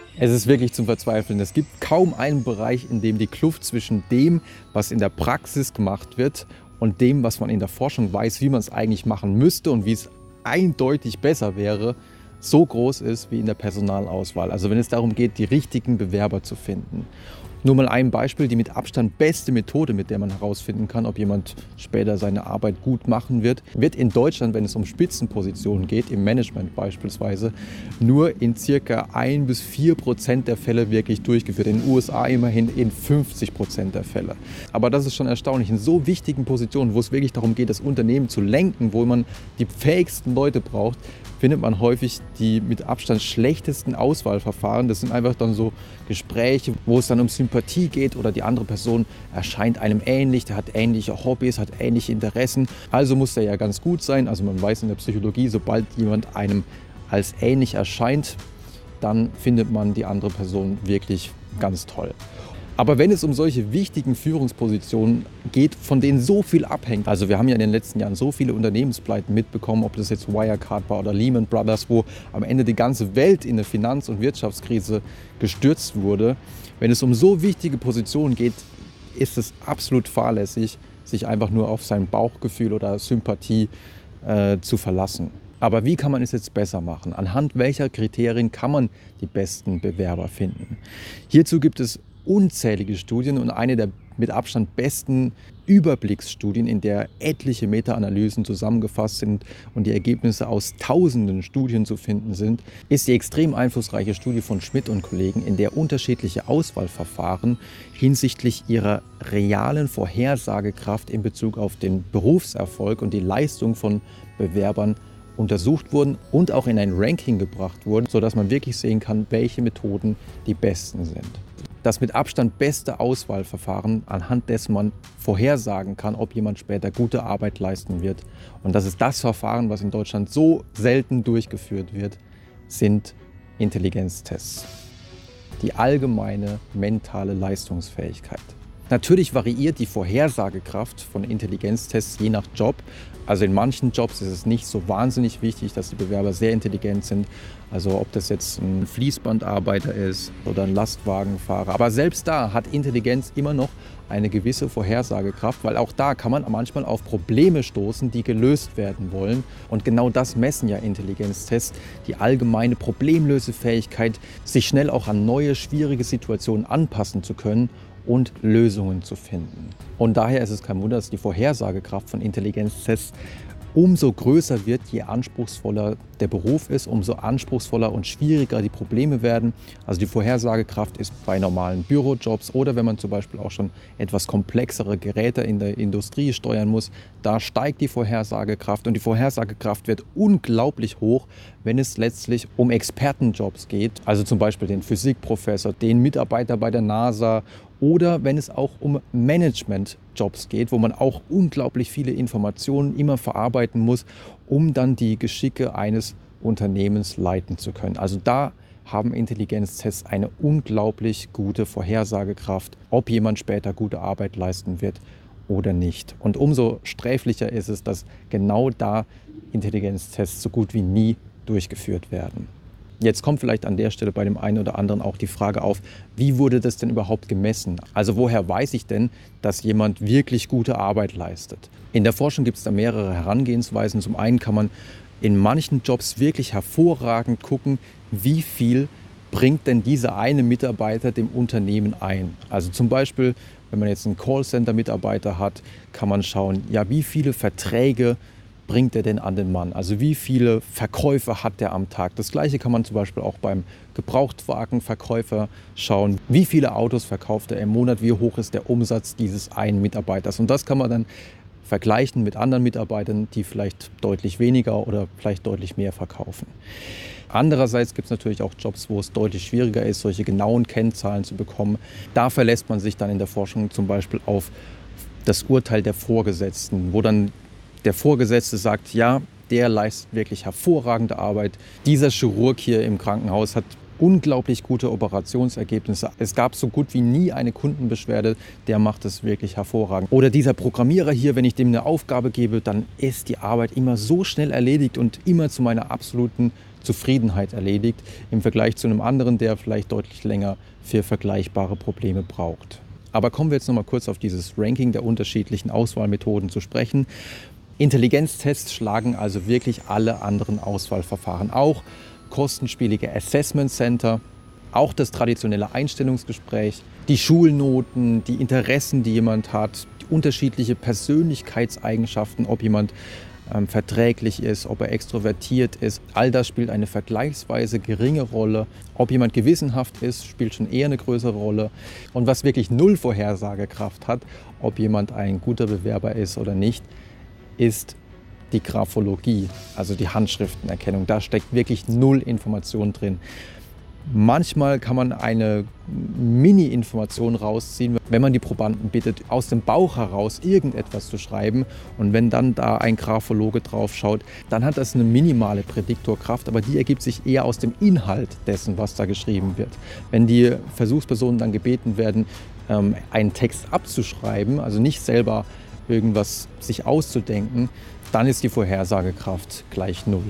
Es ist wirklich zum Verzweifeln. Es gibt kaum einen Bereich, in dem die Kluft zwischen dem, was in der Praxis gemacht wird, und dem, was man in der Forschung weiß, wie man es eigentlich machen müsste und wie es eindeutig besser wäre, so groß ist wie in der Personalauswahl. Also wenn es darum geht, die richtigen Bewerber zu finden. Nur mal ein Beispiel, die mit Abstand beste Methode, mit der man herausfinden kann, ob jemand später seine Arbeit gut machen wird in Deutschland, wenn es um Spitzenpositionen geht, im Management beispielsweise, nur in ca. 1-4% der Fälle wirklich durchgeführt. In den USA immerhin in 50% der Fälle. Aber das ist schon erstaunlich. In so wichtigen Positionen, wo es wirklich darum geht, das Unternehmen zu lenken, wo man die fähigsten Leute braucht, findet man häufig die mit Abstand schlechtesten Auswahlverfahren. Das sind einfach dann so Gespräche, wo es dann um Sympathie geht oder die andere Person erscheint einem ähnlich, der hat ähnliche Hobbys, hat ähnliche Interessen. Also muss der ja ganz gut sein. Also man weiß in der Psychologie, sobald jemand einem als ähnlich erscheint, dann findet man die andere Person wirklich ganz toll. Aber wenn es um solche wichtigen Führungspositionen geht, von denen so viel abhängt, also wir haben ja in den letzten Jahren so viele Unternehmenspleiten mitbekommen, ob das jetzt Wirecard war oder Lehman Brothers, wo am Ende die ganze Welt in eine Finanz- und Wirtschaftskrise gestürzt wurde. Wenn es um so wichtige Positionen geht, ist es absolut fahrlässig, sich einfach nur auf sein Bauchgefühl oder Sympathie zu verlassen. Aber wie kann man es jetzt besser machen? Anhand welcher Kriterien kann man die besten Bewerber finden? Hierzu gibt es unzählige Studien und eine der mit Abstand besten Überblicksstudien, in der etliche Meta-Analysen zusammengefasst sind und die Ergebnisse aus tausenden Studien zu finden sind, ist die extrem einflussreiche Studie von Schmidt und Kollegen, in der unterschiedliche Auswahlverfahren hinsichtlich ihrer realen Vorhersagekraft in Bezug auf den Berufserfolg und die Leistung von Bewerbern untersucht wurden und auch in ein Ranking gebracht wurden, sodass man wirklich sehen kann, welche Methoden die besten sind. Das mit Abstand beste Auswahlverfahren, anhand dessen man vorhersagen kann, ob jemand später gute Arbeit leisten wird. Und das ist das Verfahren, was in Deutschland so selten durchgeführt wird, sind Intelligenztests. Die allgemeine mentale Leistungsfähigkeit. Natürlich variiert die Vorhersagekraft von Intelligenztests je nach Job. Also in manchen Jobs ist es nicht so wahnsinnig wichtig, dass die Bewerber sehr intelligent sind. Also ob das jetzt ein Fließbandarbeiter ist oder ein Lastwagenfahrer. Aber selbst da hat Intelligenz immer noch eine gewisse Vorhersagekraft, weil auch da kann man manchmal auf Probleme stoßen, die gelöst werden wollen. Und genau das messen ja Intelligenztests, die allgemeine Problemlösefähigkeit, sich schnell auch an neue, schwierige Situationen anpassen zu können und Lösungen zu finden. Und daher ist es kein Wunder, dass die Vorhersagekraft von Intelligenztests umso größer wird, je anspruchsvoller der Beruf ist, umso anspruchsvoller und schwieriger die Probleme werden. Also die Vorhersagekraft ist bei normalen Bürojobs oder wenn man zum Beispiel auch schon etwas komplexere Geräte in der Industrie steuern muss, da steigt die Vorhersagekraft und die Vorhersagekraft wird unglaublich hoch, wenn es letztlich um Expertenjobs geht, also zum Beispiel den Physikprofessor, den Mitarbeiter bei der NASA oder wenn es auch um Managementjobs geht, wo man auch unglaublich viele Informationen immer verarbeiten muss, um dann die Geschicke eines Unternehmens leiten zu können. Also da haben Intelligenztests eine unglaublich gute Vorhersagekraft, ob jemand später gute Arbeit leisten wird oder nicht. Und umso sträflicher ist es, dass genau da Intelligenztests so gut wie nie durchgeführt werden. Jetzt kommt vielleicht an der Stelle bei dem einen oder anderen auch die Frage auf, wie wurde das denn überhaupt gemessen? Also woher weiß ich denn, dass jemand wirklich gute Arbeit leistet? In der Forschung gibt es da mehrere Herangehensweisen. Zum einen kann man in manchen Jobs wirklich hervorragend gucken, wie viel bringt denn dieser eine Mitarbeiter dem Unternehmen ein. Also zum Beispiel, wenn man jetzt einen Callcenter-Mitarbeiter hat, kann man schauen, ja, wie viele Verträge bringt er denn an den Mann? Also wie viele Verkäufe hat der am Tag? Das Gleiche kann man zum Beispiel auch beim Gebrauchtwagenverkäufer schauen. Wie viele Autos verkauft er im Monat? Wie hoch ist der Umsatz dieses einen Mitarbeiters? Und das kann man dann vergleichen mit anderen Mitarbeitern, die vielleicht deutlich weniger oder vielleicht deutlich mehr verkaufen. Andererseits gibt es natürlich auch Jobs, wo es deutlich schwieriger ist, solche genauen Kennzahlen zu bekommen. Da verlässt man sich dann in der Forschung zum Beispiel auf das Urteil der Vorgesetzten, wo dann der Vorgesetzte sagt, ja, der leistet wirklich hervorragende Arbeit. Dieser Chirurg hier im Krankenhaus hat unglaublich gute Operationsergebnisse. Es gab so gut wie nie eine Kundenbeschwerde, der macht es wirklich hervorragend. Oder dieser Programmierer hier, wenn ich dem eine Aufgabe gebe, dann ist die Arbeit immer so schnell erledigt und immer zu meiner absoluten Zufriedenheit erledigt, im Vergleich zu einem anderen, der vielleicht deutlich länger für vergleichbare Probleme braucht. Aber kommen wir jetzt noch mal kurz auf dieses Ranking der unterschiedlichen Auswahlmethoden zu sprechen. Intelligenztests schlagen also wirklich alle anderen Auswahlverfahren auch. Kostenspielige Assessment Center, auch das traditionelle Einstellungsgespräch, die Schulnoten, die Interessen, die jemand hat, die unterschiedliche Persönlichkeitseigenschaften, ob jemand verträglich ist, ob er extrovertiert ist. All das spielt eine vergleichsweise geringe Rolle. Ob jemand gewissenhaft ist, spielt schon eher eine größere Rolle. Und was wirklich null Vorhersagekraft hat, ob jemand ein guter Bewerber ist oder nicht, ist die Graphologie, also die Handschriftenerkennung. Da steckt wirklich null Information drin. Manchmal kann man eine Mini-Information rausziehen, wenn man die Probanden bittet, aus dem Bauch heraus irgendetwas zu schreiben. Und wenn dann da ein Graphologe drauf schaut, dann hat das eine minimale Prädiktorkraft, aber die ergibt sich eher aus dem Inhalt dessen, was da geschrieben wird. Wenn die Versuchspersonen dann gebeten werden, einen Text abzuschreiben, also nicht selber irgendwas sich auszudenken, dann ist die Vorhersagekraft gleich null.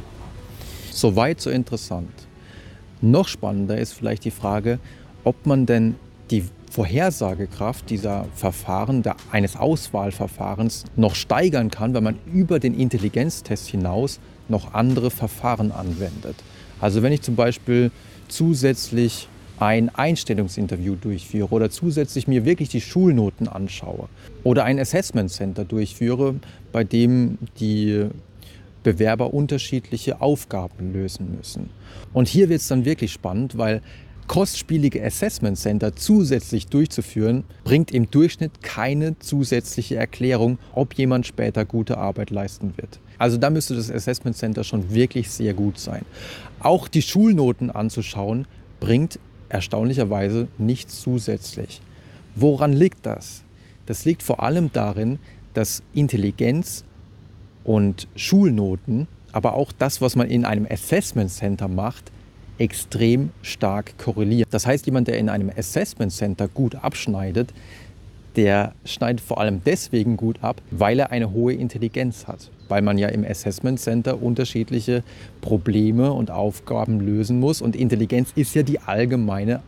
Soweit so interessant. Noch spannender ist vielleicht die Frage, ob man denn die Vorhersagekraft dieser Verfahren, eines Auswahlverfahrens noch steigern kann, wenn man über den Intelligenztest hinaus noch andere Verfahren anwendet. Also wenn ich zum Beispiel zusätzlich ein Einstellungsinterview durchführe oder zusätzlich mir wirklich die Schulnoten anschaue oder ein Assessment Center durchführe, bei dem die Bewerber unterschiedliche Aufgaben lösen müssen. Und hier wird es dann wirklich spannend, weil kostspielige Assessment Center zusätzlich durchzuführen, bringt im Durchschnitt keine zusätzliche Erklärung, ob jemand später gute Arbeit leisten wird. Also da müsste das Assessment Center schon wirklich sehr gut sein. Auch die Schulnoten anzuschauen, bringt erstaunlicherweise nichts zusätzlich. Woran liegt das? Das liegt vor allem darin, dass Intelligenz und Schulnoten, aber auch das, was man in einem Assessment Center macht, extrem stark korreliert. Das heißt, jemand, der in einem Assessment Center gut abschneidet, der schneidet vor allem deswegen gut ab, weil er eine hohe Intelligenz hat. Weil man ja im Assessment Center unterschiedliche Probleme und Aufgaben lösen muss. Und Intelligenz ist ja die allgemeine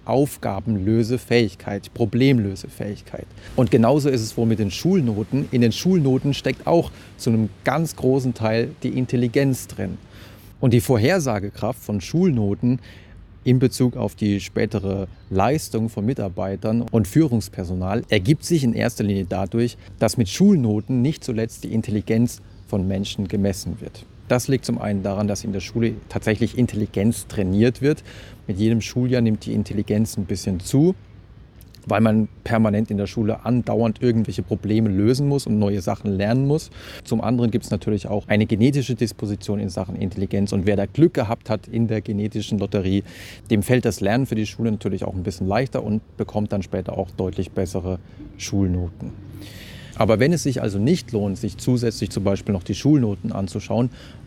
Aufgabenlösefähigkeit, Problemlösefähigkeit. Und genauso ist es wohl mit den Schulnoten. In den Schulnoten steckt auch zu einem ganz großen Teil die Intelligenz drin. Und die Vorhersagekraft von Schulnoten in Bezug auf die spätere Leistung von Mitarbeitern und Führungspersonal ergibt sich in erster Linie dadurch, dass mit Schulnoten nicht zuletzt die Intelligenz von Menschen gemessen wird. Das liegt zum einen daran, dass in der Schule tatsächlich Intelligenz trainiert wird. Mit jedem Schuljahr nimmt die Intelligenz ein bisschen zu, weil man permanent in der Schule andauernd irgendwelche Probleme lösen muss und neue Sachen lernen muss. Zum anderen gibt es natürlich auch eine genetische Disposition in Sachen Intelligenz. Und wer da Glück gehabt hat in der genetischen Lotterie, dem fällt das Lernen für die Schule natürlich auch ein bisschen leichter und bekommt dann später auch deutlich bessere Schulnoten. Aber wenn es sich also nicht lohnt, sich zusätzlich zum Beispiel noch die Schulnoten anzuschauen,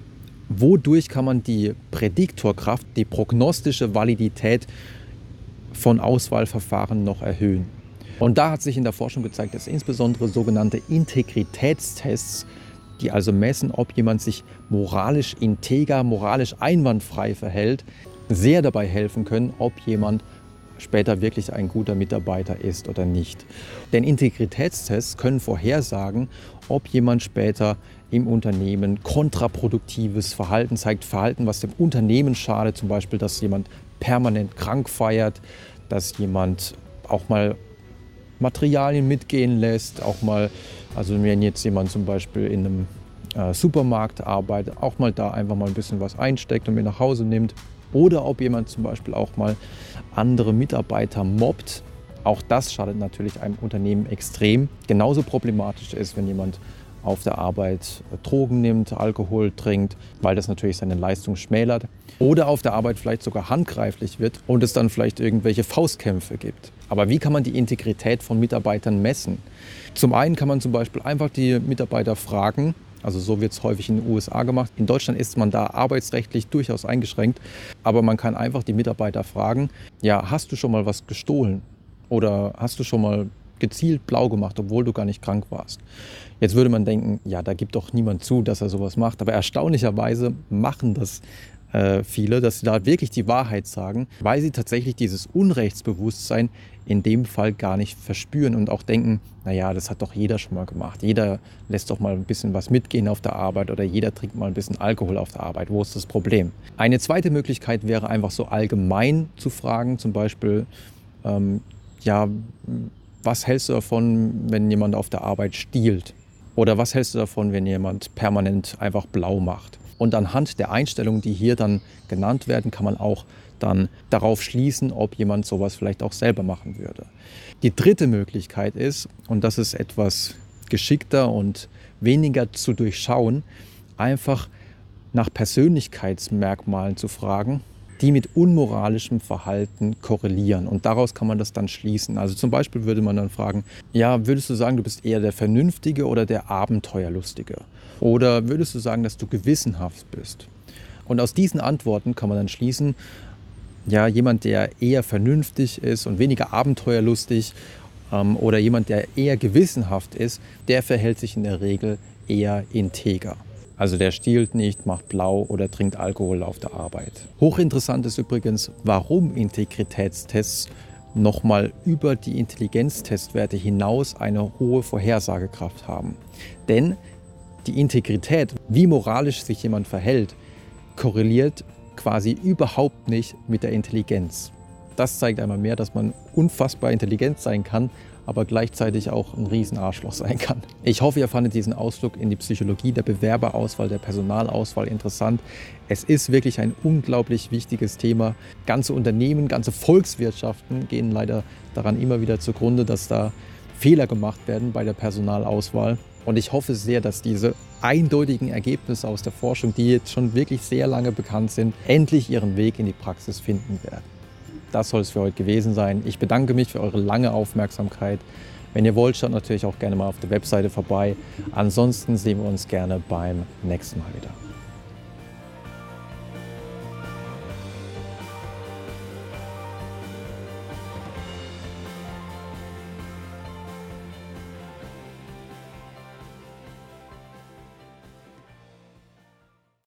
wodurch kann man die Prädiktorkraft, die prognostische Validität von Auswahlverfahren noch erhöhen? Und da hat sich in der Forschung gezeigt, dass insbesondere sogenannte Integritätstests, die also messen, ob jemand sich moralisch integer, moralisch einwandfrei verhält, sehr dabei helfen können, ob jemand später wirklich ein guter Mitarbeiter ist oder nicht. Denn Integritätstests können vorhersagen, ob jemand später im Unternehmen kontraproduktives Verhalten zeigt, Verhalten, was dem Unternehmen schadet, zum Beispiel, dass jemand permanent krank feiert, dass jemand auch mal Materialien mitgehen lässt, auch mal, also wenn jetzt jemand zum Beispiel in einem Supermarkt arbeitet, auch mal da einfach mal ein bisschen was einsteckt und mit nach Hause nimmt. Oder ob jemand zum Beispiel auch mal andere Mitarbeiter mobbt. Auch das schadet natürlich einem Unternehmen extrem. Genauso problematisch ist, wenn jemand auf der Arbeit Drogen nimmt, Alkohol trinkt, weil das natürlich seine Leistung schmälert. Oder auf der Arbeit vielleicht sogar handgreiflich wird und es dann vielleicht irgendwelche Faustkämpfe gibt. Aber wie kann man die Integrität von Mitarbeitern messen? Zum einen kann man zum Beispiel einfach die Mitarbeiter fragen, Also so wird es häufig in den USA gemacht. In Deutschland ist man da arbeitsrechtlich durchaus eingeschränkt. Aber man kann einfach die Mitarbeiter fragen, ja, hast du schon mal was gestohlen? Oder hast du schon mal gezielt blau gemacht, obwohl du gar nicht krank warst? Jetzt würde man denken, ja, da gibt doch niemand zu, dass er sowas macht. Aber erstaunlicherweise machen das viele, dass sie da wirklich die Wahrheit sagen, weil sie tatsächlich dieses Unrechtsbewusstsein in dem Fall gar nicht verspüren und auch denken, naja, das hat doch jeder schon mal gemacht. Jeder lässt doch mal ein bisschen was mitgehen auf der Arbeit oder jeder trinkt mal ein bisschen Alkohol auf der Arbeit. Wo ist das Problem? Eine zweite Möglichkeit wäre einfach so allgemein zu fragen, zum Beispiel, ja, was hältst du davon, wenn jemand auf der Arbeit stiehlt? Oder was hältst du davon, wenn jemand permanent einfach blau macht? Und anhand der Einstellungen, die hier dann genannt werden, kann man auch dann darauf schließen, ob jemand sowas vielleicht auch selber machen würde. Die dritte Möglichkeit ist, und das ist etwas geschickter und weniger zu durchschauen, einfach nach Persönlichkeitsmerkmalen zu fragen, die mit unmoralischem Verhalten korrelieren. Und daraus kann man das dann schließen. Also zum Beispiel würde man dann fragen, ja, würdest du sagen, du bist eher der Vernünftige oder der Abenteuerlustige? Oder würdest du sagen, dass du gewissenhaft bist? Und aus diesen Antworten kann man dann schließen, ja, jemand, der eher vernünftig ist und weniger abenteuerlustig oder jemand, der eher gewissenhaft ist, der verhält sich in der Regel eher integer. Also der stiehlt nicht, macht blau oder trinkt Alkohol auf der Arbeit. Hochinteressant ist übrigens, warum Integritätstests nochmal über die Intelligenztestwerte hinaus eine hohe Vorhersagekraft haben. Denn die Integrität, wie moralisch sich jemand verhält, korreliert quasi überhaupt nicht mit der Intelligenz. Das zeigt einmal mehr, dass man unfassbar intelligent sein kann, aber gleichzeitig auch ein Riesenarschloch sein kann. Ich hoffe, ihr fandet diesen Ausflug in die Psychologie der Bewerberauswahl, der Personalauswahl interessant. Es ist wirklich ein unglaublich wichtiges Thema. Ganze Unternehmen, ganze Volkswirtschaften gehen leider daran immer wieder zugrunde, dass da Fehler gemacht werden bei der Personalauswahl. Und ich hoffe sehr, dass diese eindeutigen Ergebnisse aus der Forschung, die jetzt schon wirklich sehr lange bekannt sind, endlich ihren Weg in die Praxis finden werden. Das soll es für heute gewesen sein. Ich bedanke mich für eure lange Aufmerksamkeit. Wenn ihr wollt, schaut natürlich auch gerne mal auf der Webseite vorbei. Ansonsten sehen wir uns gerne beim nächsten Mal wieder.